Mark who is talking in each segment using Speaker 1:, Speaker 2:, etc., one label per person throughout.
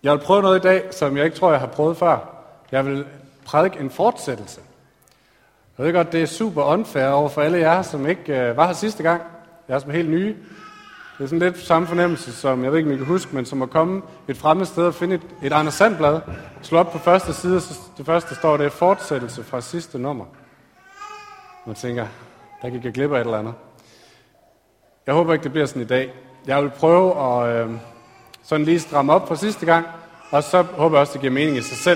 Speaker 1: Jeg vil prøve noget i dag, som jeg ikke tror, jeg har prøvet før. Jeg vil prædike en fortsættelse. Jeg ved godt, det er super unfair over for alle jer, som ikke var her sidste gang. Jeg er som helt nye. Det er sådan lidt samme fornemmelse, som jeg ved ikke, om I kan huske, men som at komme et fremmed sted og finde et Anders Sand-blad, slå op på første side, og det første, der står, det er fortsættelse fra sidste nummer. Man tænker, der gik jeg glip af et eller andet. Jeg håber ikke, det bliver sådan i dag. Jeg vil prøve at sådan lige stramme op fra sidste gang, og så håber jeg også, det giver mening i sig selv.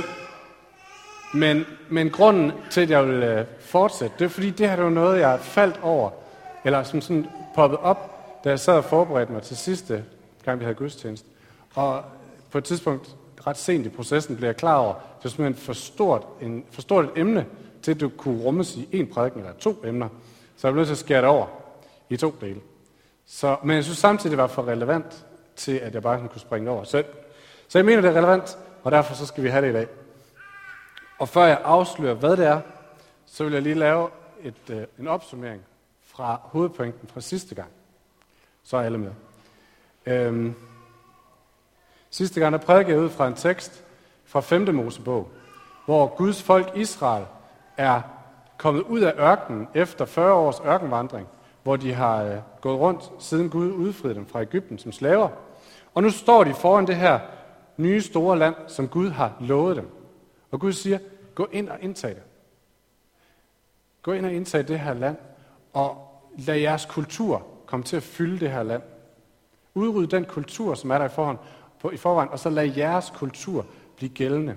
Speaker 1: Men grunden til, at jeg vil fortsætte, det er fordi, det her er jo noget, jeg faldt over, eller som sådan poppet op, da jeg sad og forberedte mig til sidste gang, vi havde gudstjeneste. Og på et tidspunkt, ret sent i processen, blev jeg klar over, at det var simpelthen for stort et emne, til at du kunne rummes i en prædiken eller 2 emner. Så jeg blev nødt til at skære det over i 2 dele. Men jeg synes samtidig, det var for relevant til, at jeg bare kunne springe over. Så jeg mener, det er relevant, og derfor så skal vi have det i dag. Og før jeg afslører, hvad det er, så vil jeg lige lave en opsummering fra hovedpointen fra sidste gang. Så er alle med. Sidste gang, der prædikede jeg ud fra en tekst fra 5. Mosebog, hvor Guds folk Israel er kommet ud af ørkenen efter 40 års ørkenvandring, hvor de har gået rundt, siden Gud udfriede dem fra Egypten som slaver. Og nu står de foran det her nye store land, som Gud har lovet dem. Og Gud siger, gå ind og indtag det. Gå ind og indtag det her land, og lad jeres kultur komme til at fylde det her land. Udryd den kultur, som er der i forvejen, og så lad jeres kultur blive gældende.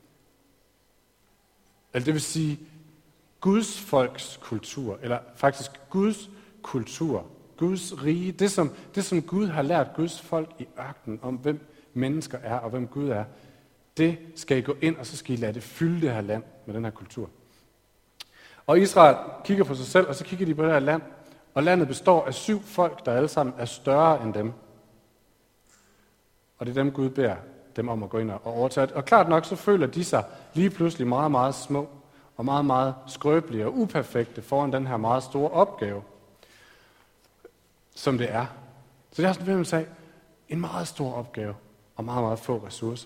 Speaker 1: Altså det vil sige, Guds folks kultur, eller faktisk Guds kultur, Guds rige, det som Gud har lært Guds folk i ørkenen om, hvem mennesker er og hvem Gud er, det skal I gå ind, og så skal I lade det fylde det her land med den her kultur. Og Israel kigger på sig selv, og så kigger de på det her land, og landet består af 7 folk, der alle sammen er større end dem. Og det er dem, Gud beder dem om at gå ind og overtage. Og klart nok, så føler de sig lige pludselig meget, meget små, og meget, meget skrøbelige og uperfekte foran den her meget store opgave, som det er. Så det er sådan, at en meget stor opgave, og meget, meget få ressourcer.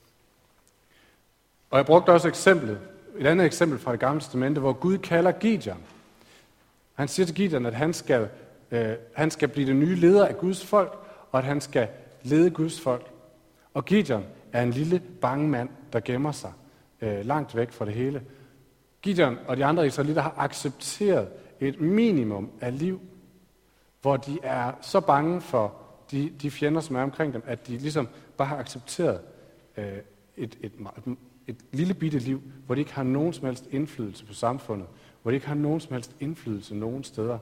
Speaker 1: Og jeg brugte også et andet eksempel fra Det Gamle Testamente, hvor Gud kalder Gideon. Han siger til Gideon, at han skal blive den nye leder af Guds folk, og at han skal lede Guds folk. Og Gideon er en lille bange mand, der gemmer sig langt væk fra det hele. Gideon og de andre israelitter har accepteret et minimum af liv, hvor de er så bange for de fjender, som er omkring dem, at de ligesom bare har accepteret et lille bitte liv, hvor de ikke har nogen som helst indflydelse på samfundet, hvor de ikke har nogen som helst indflydelse nogen steder.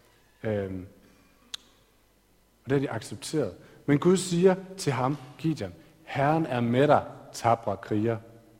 Speaker 1: Og det har de accepteret. Men Gud siger til ham, Gideon, Herren er med dig, tapre kriger. Jeg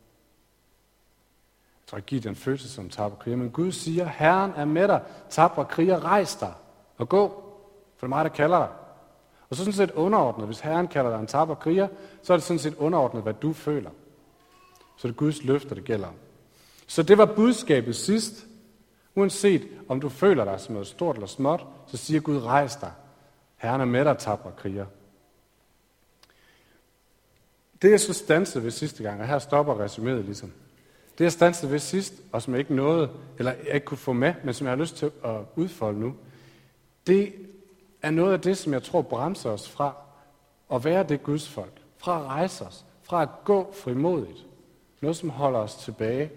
Speaker 1: tror ikke, Gideon følte sig som tapre kriger, men Gud siger, Herren er med dig, tapre kriger, rejs dig og gå, for det er mig, der kalder dig. Og så sådan set underordnet, hvis Herren kalder dig en tapre kriger, så er det sådan set underordnet, hvad du føler. Så det er Guds løfter, det gælder om. Så det var budskabet sidst. Uanset om du føler dig som noget stort eller småt, så siger Gud, rejs dig. Herren er med dig, tapre kriger. Det jeg så stansede ved sidste gang, og her stopper resuméet ligesom. Det jeg stansede ved sidst, og som jeg ikke nåede, eller jeg ikke kunne få med, men som jeg har lyst til at udfolde nu, det er noget af det, som jeg tror bremser os fra at være det Guds folk. Fra at rejse os, fra at gå frimodigt. Noget, som holder os tilbage.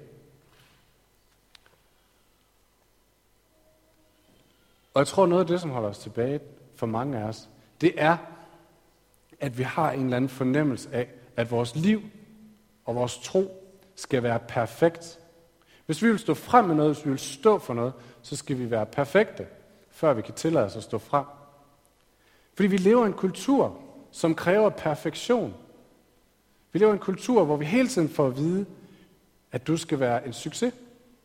Speaker 1: Og jeg tror, noget af det, som holder os tilbage for mange af os, det er, at vi har en eller anden fornemmelse af, at vores liv og vores tro skal være perfekt. Hvis vi vil stå frem med noget, hvis vi vil stå for noget, så skal vi være perfekte, før vi kan tillade os at stå frem. Fordi vi lever i en kultur, som kræver perfektion. Vi lever i en kultur, hvor vi hele tiden får at vide, at du skal være en succes.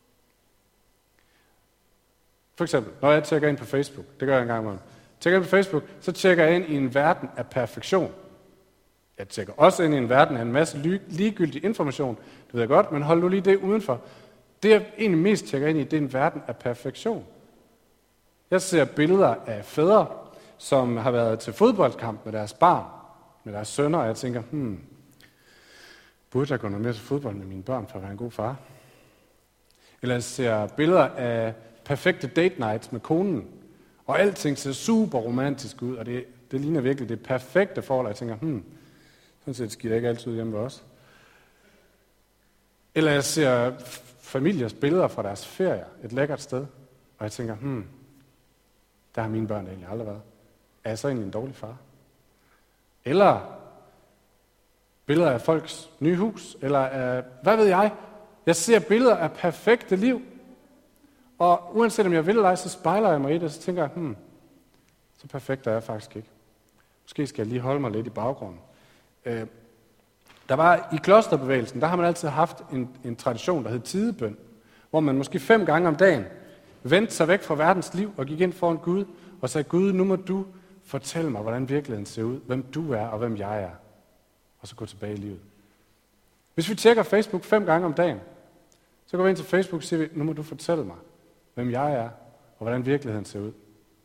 Speaker 1: For eksempel, når jeg tjekker ind på Facebook, det gør jeg en gang imellem. Tjekker ind på Facebook, så tjekker jeg ind i en verden af perfektion. Jeg tjekker også ind i en verden af en masse ligegyldig information. Det ved jeg godt, men hold nu lige det udenfor. Det jeg egentlig mest tjekker ind i, det er en verden af perfektion. Jeg ser billeder af fædre, som har været til fodboldkamp med deres barn, med deres sønner, og jeg tænker, burde jeg gå noget mere til fodbold med mine børn for at være en god far? Eller jeg ser billeder af perfekte date nights med konen, og alting ser super romantisk ud, og det ligner virkelig det perfekte forhold, og jeg tænker, sådan set skidt ikke altid hjemme ved os. Eller jeg ser familiers billeder fra deres ferier, et lækkert sted, og jeg tænker, der har mine børn egentlig aldrig været. Er jeg så egentlig en dårlig far? Eller billeder af folks nye hus, eller af, hvad ved jeg? Jeg ser billeder af perfekte liv, og uanset om jeg vil eller ej, så spejler jeg mig i det, og så tænker jeg, så perfekt er jeg faktisk ikke. Måske skal jeg lige holde mig lidt i baggrunden. Der var i klosterbevægelsen, der har man altid haft en tradition, der hed tidebøn, hvor man måske 5 gange om dagen vendte sig væk fra verdens liv og gik ind foran Gud og sagde, Gud, nu må du fortælle mig, hvordan virkeligheden ser ud, hvem du er og hvem jeg er, og så gå tilbage i livet. Hvis vi tjekker Facebook 5 gange om dagen, så går vi ind til Facebook og siger, nu må du fortælle mig, hvem jeg er og hvordan virkeligheden ser ud.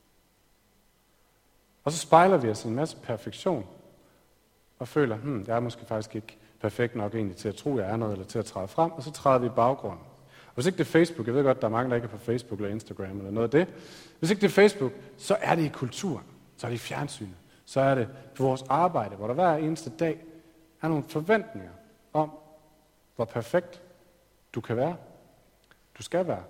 Speaker 1: Og så spejler vi os i en masse perfektion og føler, jeg er måske faktisk ikke perfekt nok egentlig til at tro, jeg er noget, eller til at træde frem, og så træder vi i baggrunden. Og hvis ikke det er Facebook, jeg ved godt, der er mange, der ikke er på Facebook eller Instagram eller noget af det. Hvis ikke det er Facebook, så er det i kulturen, så er det i fjernsynet, så er det på vores arbejde, hvor der hver eneste dag er nogle forventninger om, hvor perfekt du kan være, du skal være.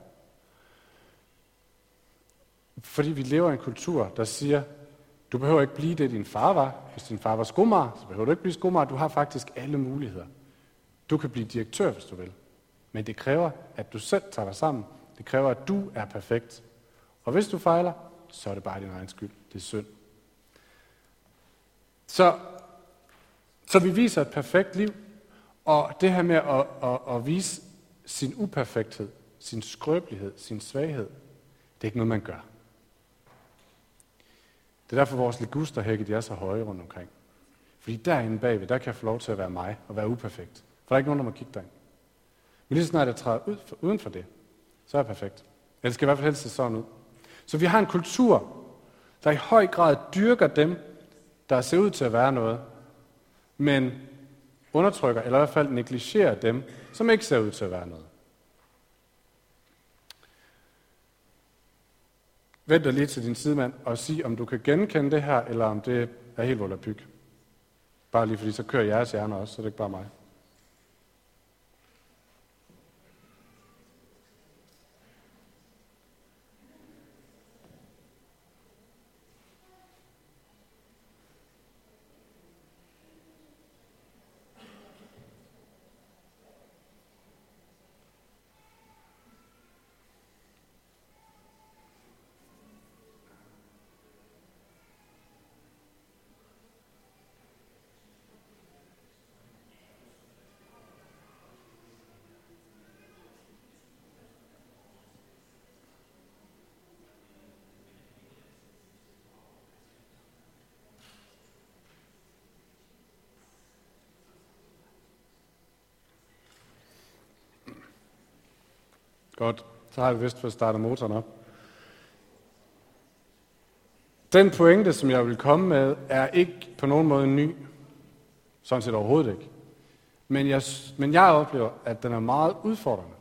Speaker 1: Fordi vi lever i en kultur, der siger, du behøver ikke blive det, din far var. Hvis din far var skomager, så behøver du ikke blive skomager. Du har faktisk alle muligheder. Du kan blive direktør, hvis du vil. Men det kræver, at du selv tager dig sammen. Det kræver, at du er perfekt. Og hvis du fejler, så er det bare din egen skyld. Det er synd. Så vi viser et perfekt liv. Og det her med at vise sin uperfekthed, sin skrøbelighed, sin svaghed, det er ikke noget, man gør. Det er derfor, vores ligusterhække, de er så høje rundt omkring. Fordi derinde bagved, der kan jeg få lov til at være mig og være uperfekt. For der er ikke nogen, der må kigge derind. Men lige snart jeg træder uden for det, så er jeg perfekt. Eller det skal i hvert fald helst se sådan ud. Så vi har en kultur, der i høj grad dyrker dem, der ser ud til at være noget, men undertrykker, eller i hvert fald negligerer dem, som ikke ser ud til at være noget. Vent dig lige til din sidemand og sig, om du kan genkende det her, eller om det er helt volapyk. Bare lige fordi, så kører jeres hjerner også, så det er ikke bare mig. Godt, så har vi vist fået startet motoren op. Den pointe, som jeg vil komme med, er ikke på nogen måde ny. Sådan set overhovedet ikke. Men jeg oplever, at den er meget udfordrende.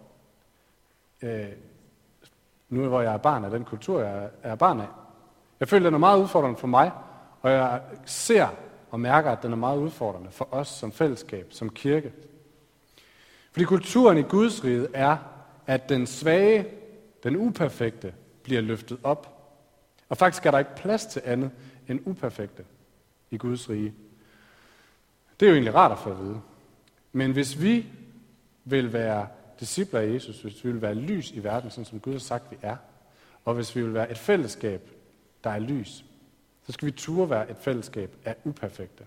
Speaker 1: Nu hvor jeg er barn af den kultur, jeg er barn af. Jeg føler, at den er meget udfordrende for mig, og jeg ser og mærker, at den er meget udfordrende for os som fællesskab, som kirke. Fordi kulturen i Guds rige er, at den svage, den uperfekte, bliver løftet op. Og faktisk er der ikke plads til andet end uperfekte i Guds rige. Det er jo egentlig rart at få at vide. Men hvis vi vil være discipler af Jesus, hvis vi vil være lys i verden, sådan som Gud har sagt, vi er, og hvis vi vil være et fællesskab, der er lys, så skal vi turde være et fællesskab af uperfekte.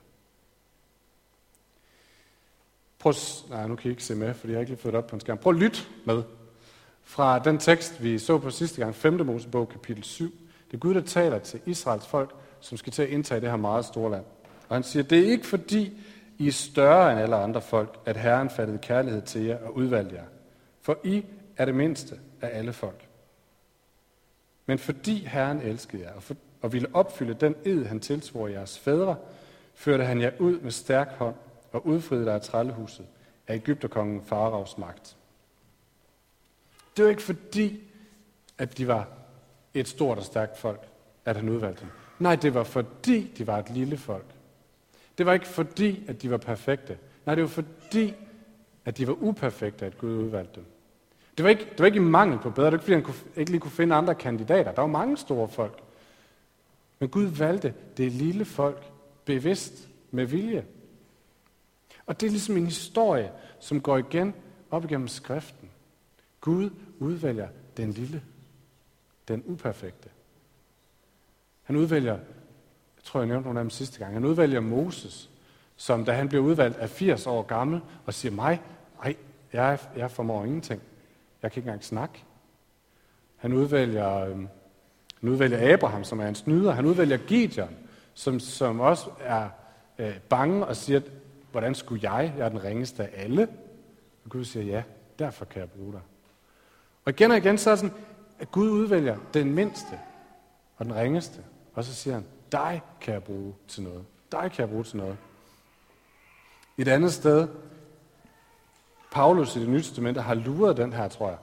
Speaker 1: Nu kan I ikke se med, fordi jeg har ikke lige fået det op på en skærm. Prøv at lytte med fra den tekst, vi så på sidste gang, 5. Mosebog, kapitel 7. Det er Gud, der taler til Israels folk, som skal til at indtage det her meget store land. Og han siger, det er ikke fordi, I er større end alle andre folk, at Herren fattede kærlighed til jer og udvalgte jer. For I er det mindste af alle folk. Men fordi Herren elskede jer og ville opfylde den ed, han tilsvor jeres fædre, førte han jer ud med stærk hånd og udfriede dig af trællehuset, af Egypterkongen Faraos magt. Det var ikke fordi, at de var et stort og stærkt folk, at han udvalgte dem. Nej, det var fordi, de var et lille folk. Det var ikke fordi, at de var perfekte. Nej, det var fordi, at de var uperfekte, at Gud udvalgte dem. Det var ikke i mangel på bedre. Det var ikke, fordi han ikke lige kunne finde andre kandidater. Der var mange store folk. Men Gud valgte det lille folk bevidst med vilje. Og det er ligesom en historie, som går igen op igennem skriften. Gud udvælger den lille, den uperfekte. Han udvælger, jeg tror jeg nævnte nogle af dem sidste gang, han udvælger Moses, som da han blev udvalgt af 80 år gammel, og siger jeg formår ingenting. Jeg kan ikke engang snakke. Han udvælger Abraham, som er en snyder. Han udvælger Gideon, som også er bange og siger, hvordan skulle jeg? Jeg er den ringeste af alle. Og Gud siger, ja, derfor kan jeg bruge dig. Og igen så er det sådan, at Gud udvælger den mindste og den ringeste. Og så siger han, dig kan jeg bruge til noget. Dig kan jeg bruge til noget. Et andet sted, Paulus i Det Nye Testamente har luret den her, tror jeg.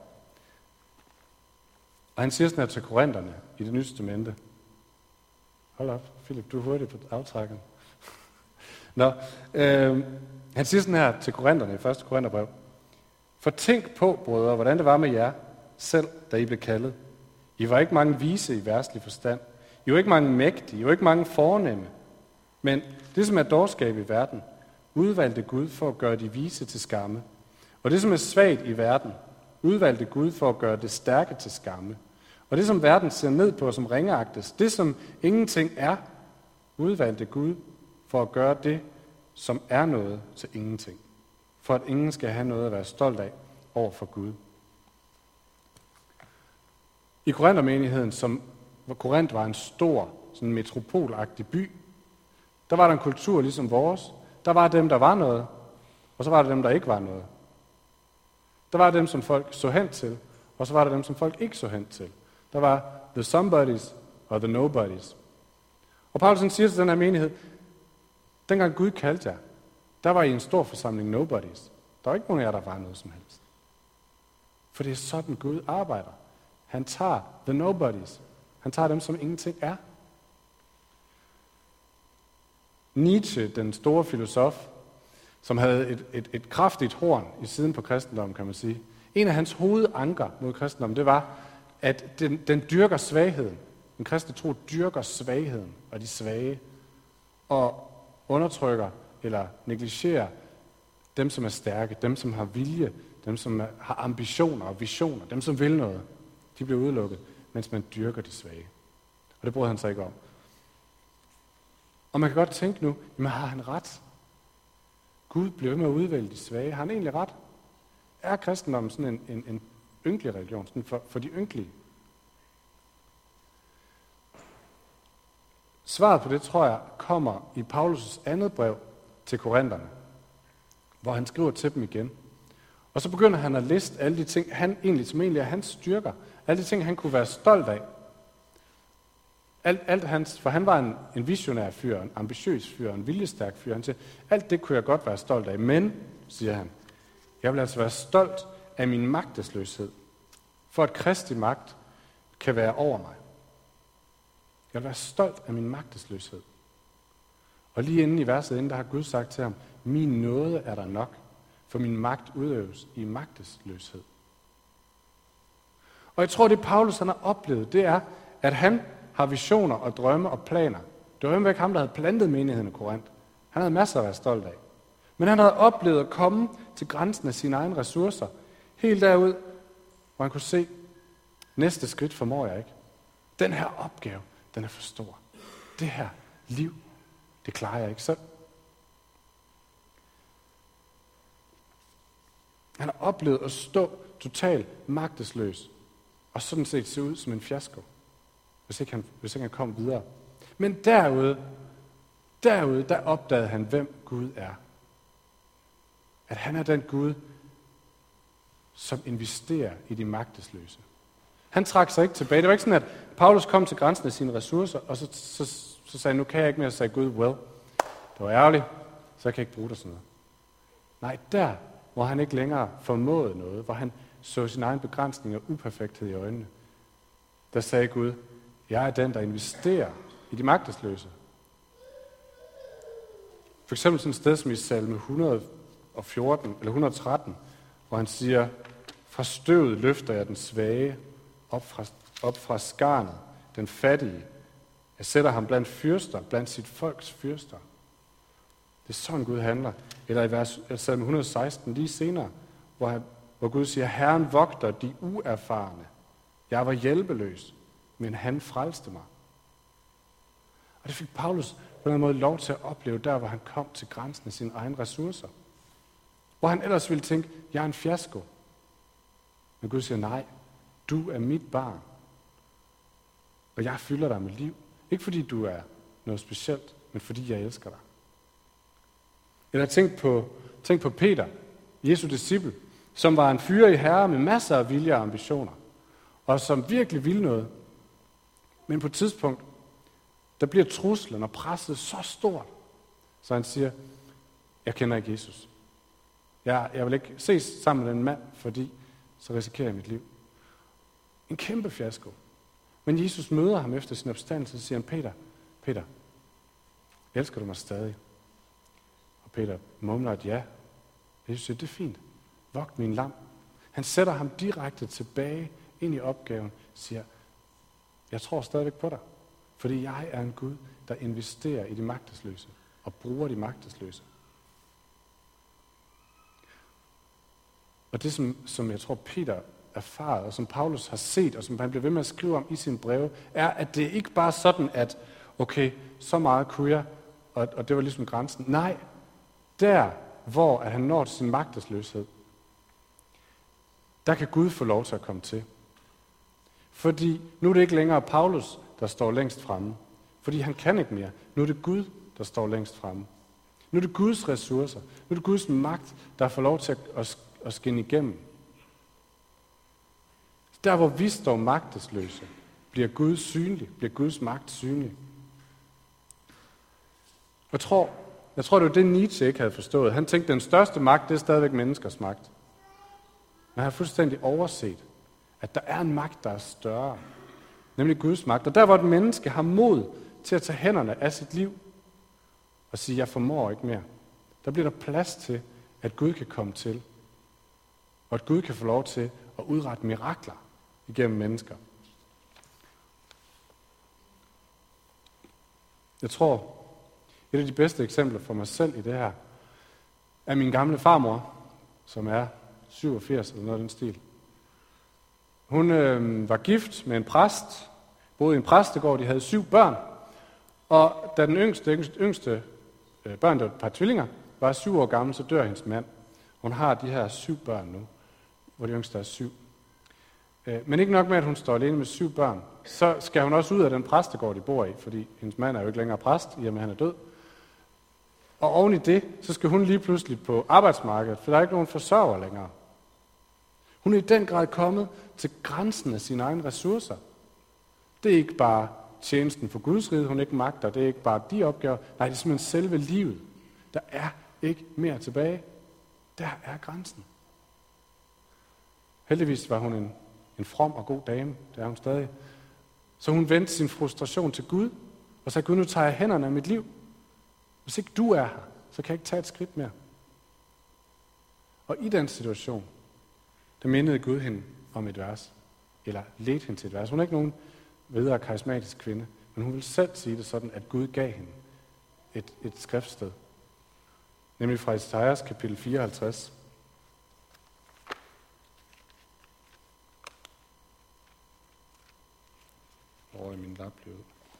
Speaker 1: Og han siger sådan her til korinterne i Det Nye Testamente. Hold op, Philip, du er hurtig på aftrækken. Han siger sådan her til korinterne i 1. Korintherbrev. For tænk på, brødre, hvordan det var med jer selv, da I blev kaldet. I var ikke mange vise i verdslig forstand. I var ikke mange mægtige. I var ikke mange fornemme. Men det, som er dårskab i verden, udvalgte Gud for at gøre de vise til skamme. Og det, som er svagt i verden, udvalgte Gud for at gøre det stærke til skamme. Og det, som verden ser ned på, som ringeagtes, det, som ingenting er, udvalgte Gud for at gøre det, som er noget, til ingenting. For at ingen skal have noget at være stolt af over for Gud. I Korinthermenigheden, hvor Korinth var en stor, sådan metropolagtig by, der var der en kultur ligesom vores. Der var dem, der var noget, og så var der dem, der ikke var noget. Der var dem, som folk så hen til, og så var der dem, som folk ikke så hen til. Der var the somebodies og the nobodies. Og Paulus siger til den her menighed, dengang Gud kaldte jer, der var I en stor forsamling nobodies. Der var ikke nogen af jer, der var noget som helst. For det er sådan Gud arbejder. Han tager the nobodies. Han tager dem, som ingenting er. Nietzsche, den store filosof, som havde et kraftigt horn i siden på kristendommen, kan man sige. En af hans hovedanker mod kristendommen, det var, at den dyrker svagheden. Den kristne tro dyrker svagheden og de svage, og undertrykker eller negligerer dem, som er stærke, dem, som har vilje, dem, som har ambitioner og visioner, dem, som vil noget. De bliver udelukket, mens man dyrker de svage. Og det bryder han sig ikke om. Og man kan godt tænke nu, jamen har han ret? Gud bliver ved med at udvælge de svage. Har han egentlig ret? Er kristendommen sådan en ynkelig religion, sådan for de ynkelige? Svaret på det, tror jeg, kommer i Paulus' andet brev til korinterne, hvor han skriver til dem igen. Og så begynder han at liste alle de ting, som egentlig er hans styrker. Alle de ting, han kunne være stolt af. For han var en visionær fyr, en ambitiøs fyr, en viljestærk fyr. Han siger, alt det kunne jeg godt være stolt af, men, siger han, jeg vil altså være stolt af min magtesløshed, for at Kristi magt kan være over mig. Jeg vil være stolt af min magtesløshed. Og lige inden i verset inden, der har Gud sagt til ham, min nåde er der nok, for min magt udøves i magtesløshed. Og jeg tror, det Paulus han har oplevet, det er, at han har visioner og drømme og planer. Det var ikke ham, der havde plantet menigheden i Korinth. Han havde masser at være stolt af. Men han havde oplevet at komme til grænsen af sine egne ressourcer, helt derud, hvor han kunne se, næste skridt formår jeg ikke. Den her opgave, den er for stor. Det her liv, det klarer jeg ikke selv. Han har oplevet at stå totalt magtesløs, og sådan set se ud som en fiasko, hvis ikke han kom videre. Men derude, der opdagede han, hvem Gud er. At han er den Gud, som investerer i de magtesløse. Han trak sig ikke tilbage. Det var ikke sådan, at Paulus kom til grænsen af sine ressourcer, og så sagde han, nu kan jeg ikke mere, så sagde Gud, well, det var ærgerligt, så jeg kan ikke bruge dig sådan noget. Nej, der hvor han ikke længere formåede noget, hvor han så sin egen begrænsning og uperfekthed i øjnene, der sagde Gud, jeg er den, der investerer i de magtesløse. For eksempel sådan et sted som i salme 114 eller 113, hvor han siger, fra støvet løfter jeg den svage, op fra skarnet, den fattige. Jeg sætter ham blandt fyrster, blandt sit folks fyrster. Det er sådan Gud handler. Eller i vers salme 116 lige senere, hvor Gud siger, Herren vogter de uerfarne. Jeg var hjælpeløs, men han frelste mig. Og det fik Paulus på en eller anden måde lov til at opleve der, hvor han kom til grænsen af sine egne ressourcer. Hvor han ellers ville tænke, jeg er en fiasko. Men Gud siger, nej, du er mit barn. Og jeg fylder dig med liv. Ikke fordi du er noget specielt, men fordi jeg elsker dig. Eller tænk på Peter, Jesu disciple, som var en fyr i Herre med masser af vilje og ambitioner, og som virkelig ville noget. Men på et tidspunkt, der bliver truslen og presset så stort, så han siger, jeg kender ikke Jesus. Jeg vil ikke ses sammen med den mand, fordi så risikerer jeg mit liv. En kæmpe fiasko. Men Jesus møder ham efter sin opstandelse, og siger han, Peter, elsker du mig stadig? Og Peter mumler et ja. Jesus siger, det er fint. Vogt min lam. Han sætter ham direkte tilbage ind i opgaven, siger, jeg tror stadigvæk på dig, fordi jeg er en Gud, der investerer i de magtesløse og bruger de magtesløse. Og det, som jeg tror, Peter erfaret, og som Paulus har set, og som han bliver ved med at skrive om i sine breve, er, at det ikke bare sådan, at okay, så meget kunne jeg, og det var ligesom grænsen. Nej, der, hvor at han når til sin magtesløshed, der kan Gud få lov til at komme til. Fordi nu er det ikke længere Paulus, der står længst fremme. Fordi han kan ikke mere. Nu er det Gud, der står længst fremme. Nu er det Guds ressourcer. Nu er det Guds magt, der får lov til at skinne igennem. Der, hvor vi står magtesløse, bliver Gud synlig, bliver Guds magt synlig. Jeg tror, det var det, Nietzsche ikke havde forstået. Han tænkte, at den største magt, det er stadigvæk menneskers magt. Men han har fuldstændig overset, at der er en magt, der er større. Nemlig Guds magt. Og der, hvor et menneske har mod til at tage hænderne af sit liv og sige, jeg formår ikke mere, der bliver der plads til, at Gud kan komme til. Og at Gud kan få lov til at udrette mirakler igennem mennesker. Jeg tror, et af de bedste eksempler for mig selv i det her, er min gamle farmor, som er 87 eller noget af den stil. Hun var gift med en præst, boede i en præstegård, de havde 7 børn, og da den yngste børn, der var et par tvillinger, var 7 år gammel, så dør hendes mand. Hun har de her 7 børn nu, hvor de yngste er 7. Men ikke nok med, at hun står alene med 7 børn, så skal hun også ud af den præstegård, de bor i, fordi hendes mand er jo ikke længere præst, i og med, at han er død. Og oven i det, så skal hun lige pludselig på arbejdsmarkedet, for der er ikke nogen forsørger længere. Hun er i den grad kommet til grænsen af sine egne ressourcer. Det er ikke bare tjenesten for Guds rige, hun ikke magter, det er ikke bare de opgaver, nej, det er simpelthen selve livet. Der er ikke mere tilbage. Der er grænsen. Heldigvis var hun en from og god dame, det er hun stadig. Så hun vendte sin frustration til Gud, og sagde, Gud, nu tager jeg hænderne af mit liv. Hvis ikke du er her, så kan jeg ikke tage et skridt mere. Og i den situation, der mindede Gud hende om et vers, eller ledte hende til et vers. Hun er ikke nogen videre karismatisk kvinde, men hun vil selv sige det sådan, at Gud gav hende et skriftsted. Nemlig fra Esajas kapitel 54. Hvor er min lap blevet?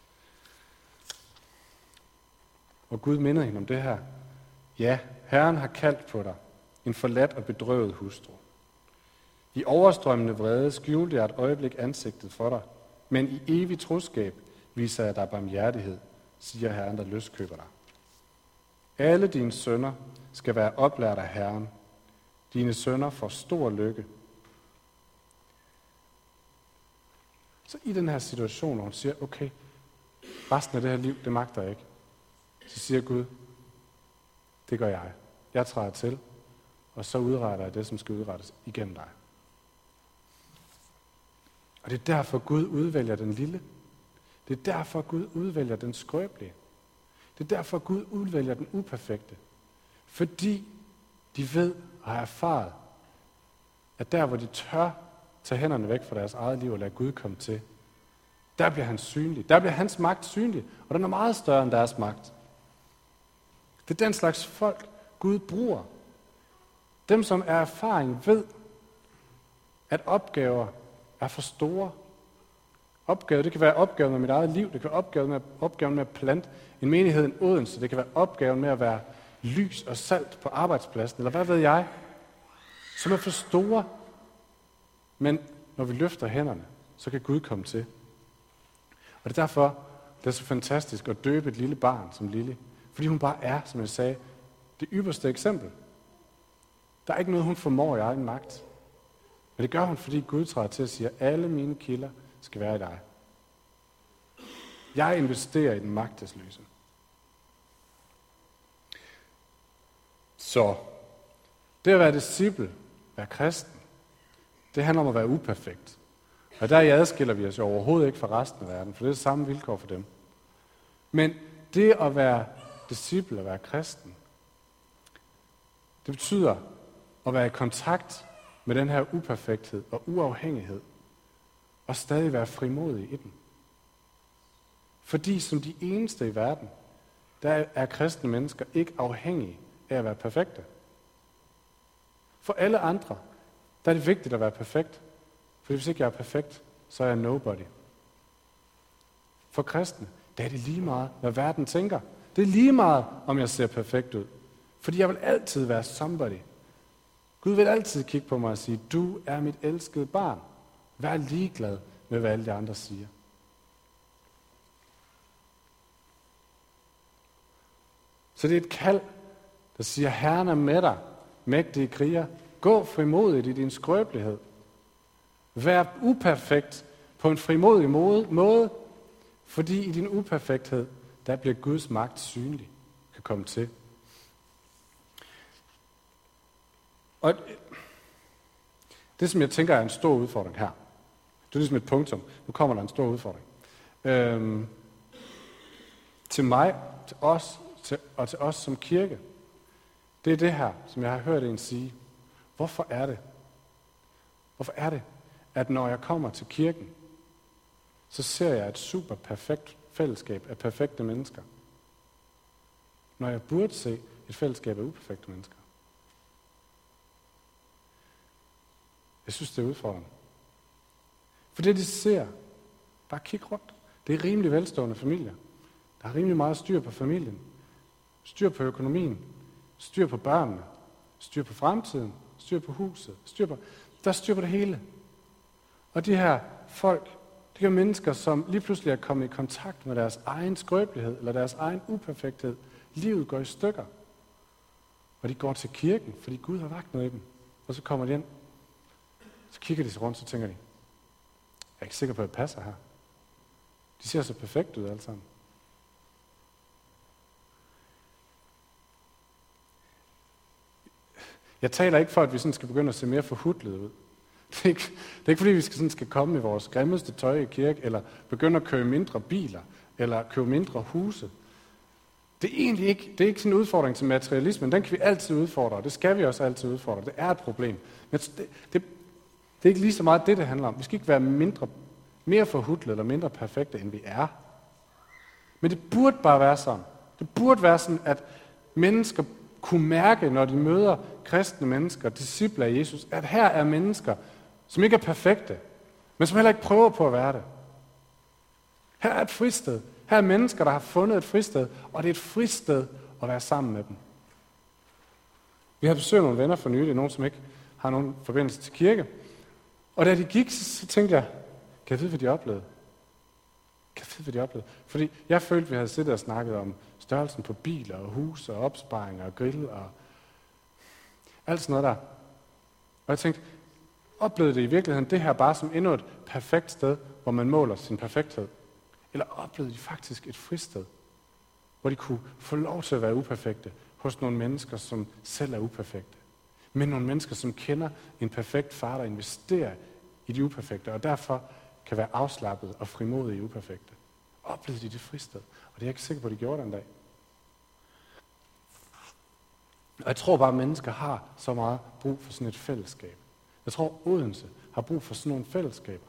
Speaker 1: Og Gud minder hende om det her. Ja, Herren har kaldt på dig, en forladt og bedrøvet hustru. I overstrømmende vrede skjulte jeg et øjeblik ansigtet for dig, men i evig troskab viser jeg dig barmhjertighed, siger Herren, der løskøber dig. Alle dine sønner skal være oplært af Herren. Dine sønner får stor lykke. Så i den her situation, hvor hun siger, okay, resten af det her liv, det magter jeg ikke. Så siger Gud, det gør jeg. Jeg træder til, og så udretter jeg det, som skal udrettes igennem dig. Og det er derfor, Gud udvælger den lille. Det er derfor, Gud udvælger den skrøbelige. Det er derfor, Gud udvælger den uperfekte. Fordi de ved og har erfaret, at der, hvor de tør tage hænderne væk fra deres eget liv og lade Gud komme til, der bliver han synlig. Der bliver hans magt synlig, og den er meget større end deres magt. Det er den slags folk, Gud bruger. Dem, som er erfaring, ved, at opgaver er for store. Det kan være opgaven med mit eget liv, det kan være opgaven med at plante en menighed i Odense, det kan være opgaven med at være lys og salt på arbejdspladsen, eller hvad ved jeg, som er for store. Men når vi løfter hænderne, så kan Gud komme til. Og det er derfor, det er så fantastisk at døbe et lille barn som Lille. Fordi hun bare er, som jeg sagde, det ypperste eksempel. Der er ikke noget, hun formår i egen magt. Men det gør hun, fordi Gud træder til at sige, at alle mine kilder skal være i dig. Jeg investerer i den magtesløse. Så det at være disciple, være kristen, det handler om at være uperfekt. Og der adskiller vi os jo overhovedet ikke fra resten af verden, for det er det samme vilkår for dem. Men det at være disciple og være kristen, det betyder at være i kontakt med den her uperfekthed og uafhængighed, og stadig være frimodig i den. Fordi som de eneste i verden, der er kristne mennesker ikke afhængige af at være perfekte. For alle andre, der er det vigtigt at være perfekt. For hvis ikke jeg er perfekt, så er jeg nobody. For kristne, der er det lige meget, hvad verden tænker. Det er lige meget, om jeg ser perfekt ud. Fordi jeg vil altid være somebody. Gud vil altid kigge på mig og sige, du er mit elskede barn. Vær ligeglad med, hvad alle de andre siger. Så det er et kald, der siger, Herren er med dig, mægtige kriger. Gå frimodigt i din skrøbelighed. Vær uperfekt på en frimodig måde, fordi i din uperfekthed, der bliver Guds magt synlig, kan komme til. Og det, som jeg tænker er en stor udfordring her, det er ligesom et punktum. Nu kommer der en stor udfordring. Til mig, til os, og til os som kirke, det er det her, som jeg har hørt en sige. Hvorfor er det? Hvorfor er det, at når jeg kommer til kirken, så ser jeg et super perfekt fællesskab af perfekte mennesker, når jeg burde se et fællesskab af uperfekte mennesker? Jeg synes, det er udfordrende. For det, de ser, bare kig rundt. Det er rimelig velstående familier. Der er rimelig meget styr på familien. Styr på økonomien. Styr på børnene. Styr på fremtiden. Styr på huset. Der er styr på det hele. Og de her folk, de er mennesker, som lige pludselig er kommet i kontakt med deres egen skrøbelighed, eller deres egen uperfekthed. Livet går i stykker. Og de går til kirken, fordi Gud har lagt noget i dem. Og så kommer de ind. Så kigger de sig rundt, så tænker de, jeg er ikke sikker på, at det passer her. De ser så perfekt ud alle sammen. Jeg taler ikke for, at vi sådan skal begynde at se mere forhudlet ud. Det er ikke fordi, vi skal komme i vores grimmeste tøj i kirke, eller begynde at købe mindre biler, eller købe mindre huse. Det er egentlig ikke sådan en udfordring til materialismen. Den kan vi altid udfordre, og det skal vi også altid udfordre. Det er et problem. Men det er ikke lige så meget det handler om. Vi skal ikke være mere forhudlet eller mindre perfekte, end vi er. Men det burde bare være sådan. Det burde være sådan, at mennesker kunne mærke, når de møder kristne mennesker, discipler af Jesus, at her er mennesker, som ikke er perfekte, men som heller ikke prøver på at være det. Her er et fristed. Her er mennesker, der har fundet et fristed, og det er et fristed at være sammen med dem. Vi har besøgt nogle venner for nylig, nogen som ikke har nogen forbindelse til kirke. Og da de gik, så tænkte jeg, kan jeg vide, hvad de oplevede? Fordi jeg følte, vi havde siddet og snakket om størrelsen på biler og hus og opsparinger og grill og alt sådan noget der. Og jeg tænkte, oplevede det i virkeligheden det her bare som endnu et perfekt sted, hvor man måler sin perfekthed? Eller oplevede de faktisk et fristed, hvor de kunne få lov til at være uperfekte hos nogle mennesker, som selv er uperfekte? men nogle mennesker, som kender en perfekt far, der investerer i de uperfekte, og derfor kan være afslappet og frimodige i uperfekte. Oplevede de det fristed? Og det er jeg ikke sikker på, at de gjorde den dag. Og jeg tror bare, at mennesker har så meget brug for sådan et fællesskab. Jeg tror, Odense har brug for sådan nogle fællesskaber.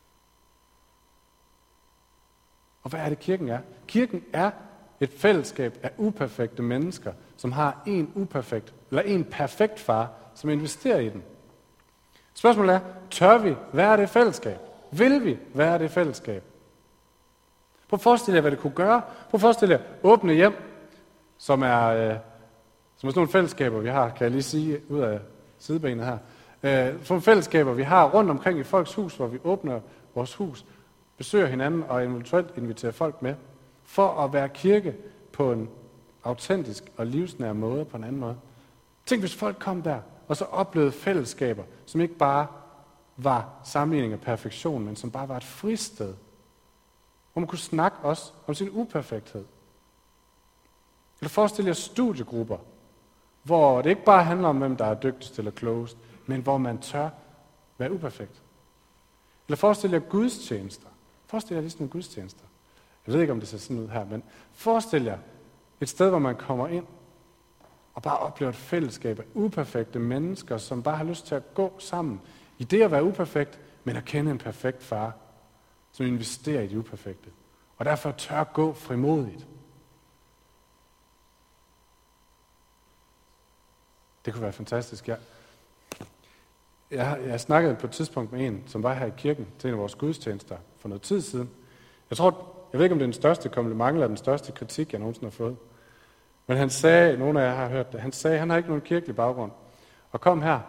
Speaker 1: Og hvad er det, kirken er? Kirken er et fællesskab af uperfekte mennesker, som har en perfekt far, som investerer i den. Spørgsmålet er, tør vi være det fællesskab? Vil vi være det fællesskab? Prøv at forestille jer, hvad det kunne gøre. Prøv at forestille jer åbne hjem, som er sådan nogle fællesskaber, vi har, kan jeg lige sige, ud af sidebenet her. Sådan nogle fællesskaber, vi har rundt omkring i folks hus, hvor vi åbner vores hus, besøger hinanden og eventuelt inviterer folk med, for at være kirke på en autentisk og livsnær måde, på en anden måde. Tænk, hvis folk kom der, og så oplevede fællesskaber, som ikke bare var sammenligning af perfektion, men som bare var et fristed, hvor man kunne snakke også om sin uperfekthed. Eller forestil jer studiegrupper, hvor det ikke bare handler om, hvem der er dygtigst eller klogest, men hvor man tør være uperfekt. Eller forestil jer gudstjenester. Forestil jer lige sådan en gudstjenester. Jeg ved ikke, om det ser sådan ud her, men forestil jer et sted, hvor man kommer ind og bare oplever et fællesskab af uperfekte mennesker, som bare har lyst til at gå sammen i det at være uperfekt, men at kende en perfekt far, som investerer i de uperfekte. Og derfor tør gå frimodigt. Det kunne være fantastisk. Jeg snakkede på et tidspunkt med en, som var her i kirken til en af vores gudstjenester for noget tid siden. Jeg ved ikke, om det er den største kompliment eller den største kritik, jeg nogensinde har fået. Men han sagde, nogle af jer har hørt det, han sagde, at han har ikke nogen kirkelig baggrund. Og kom her,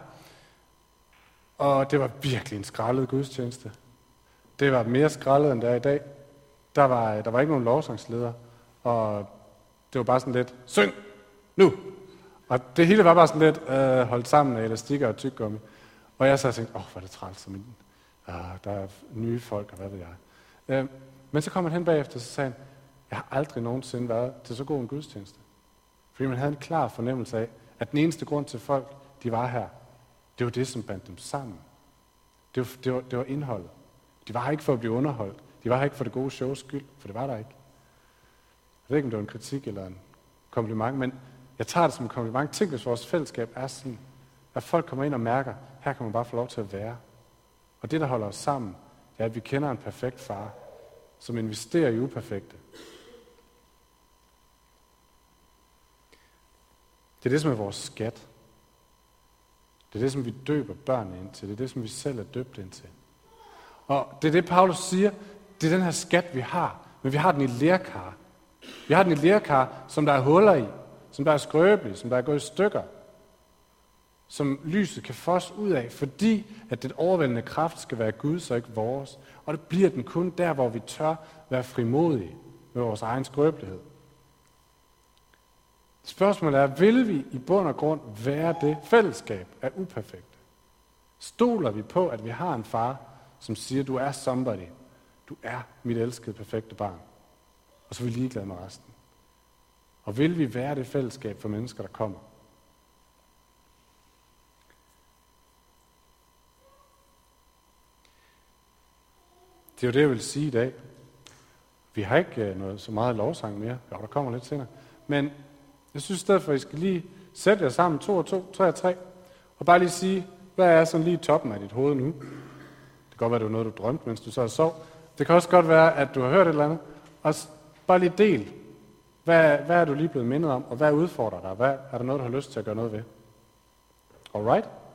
Speaker 1: og det var virkelig en skrællet gudstjeneste. Det var mere skrællet, end det er i dag. Der var ikke nogen lovsangsleder, og det var bare sådan lidt, syng nu! Og det hele var bare sådan lidt holdt sammen af elastikker og tyggegummi. Og jeg så tænkte, hvor er det træls, der er nye folk, og hvad ved jeg. Men så kom han hen bagefter, og så sagde han, jeg har aldrig nogensinde været til så god en gudstjeneste. Fordi man havde en klar fornemmelse af, at den eneste grund til folk, de var her, det var det, som bandt dem sammen. Det var indholdet. De var her ikke for at blive underholdt. De var her ikke for det gode shows skyld, for det var der ikke. Jeg ved ikke, om det var en kritik eller en kompliment, men jeg tager det som en kompliment. Tænk, hvis vores fællesskab er sådan, at folk kommer ind og mærker, her kan man bare få lov til at være. Og det, der holder os sammen, det er, at vi kender en perfekt far, som investerer i uperfekte. Det er det, som er vores skat. Det er det, som vi døber børnene ind til. Det er det, som vi selv er døbt ind til. Og det er det, Paulus siger. Det er den her skat, vi har. Men vi har den i lerkar. Vi har den i lerkar, som der er huller i. Som der er skrøbelige. Som der er gået i stykker. Som lyset kan fosse ud af. Fordi at den overvældende kraft skal være Guds og ikke vores. Og det bliver den kun der, hvor vi tør være frimodige med vores egen skrøbelighed. Spørgsmålet er, vil vi i bund og grund være det fællesskab af uperfekte? Stoler vi på, at vi har en far, som siger, du er somebody. Du er mit elskede, perfekte barn. Og så er vi ligeglade med resten. Og vil vi være det fællesskab for mennesker, der kommer? Det er jo det, jeg vil sige i dag. Vi har ikke noget så meget lovsang mere. Jo, der kommer lidt senere. Men jeg synes i stedet for, at I skal lige sætte jer sammen 2 og 2, 3 og 3, og bare lige sige, hvad er sådan lige toppen af dit hoved nu? Det kan godt være, det var noget, du drømte, mens du så sov. Det kan også godt være, at du har hørt et eller andet. Og bare lige del. Hvad er du lige blevet mindet om, og hvad udfordrer dig? Hvad er der noget, du har lyst til at gøre noget ved? Alright?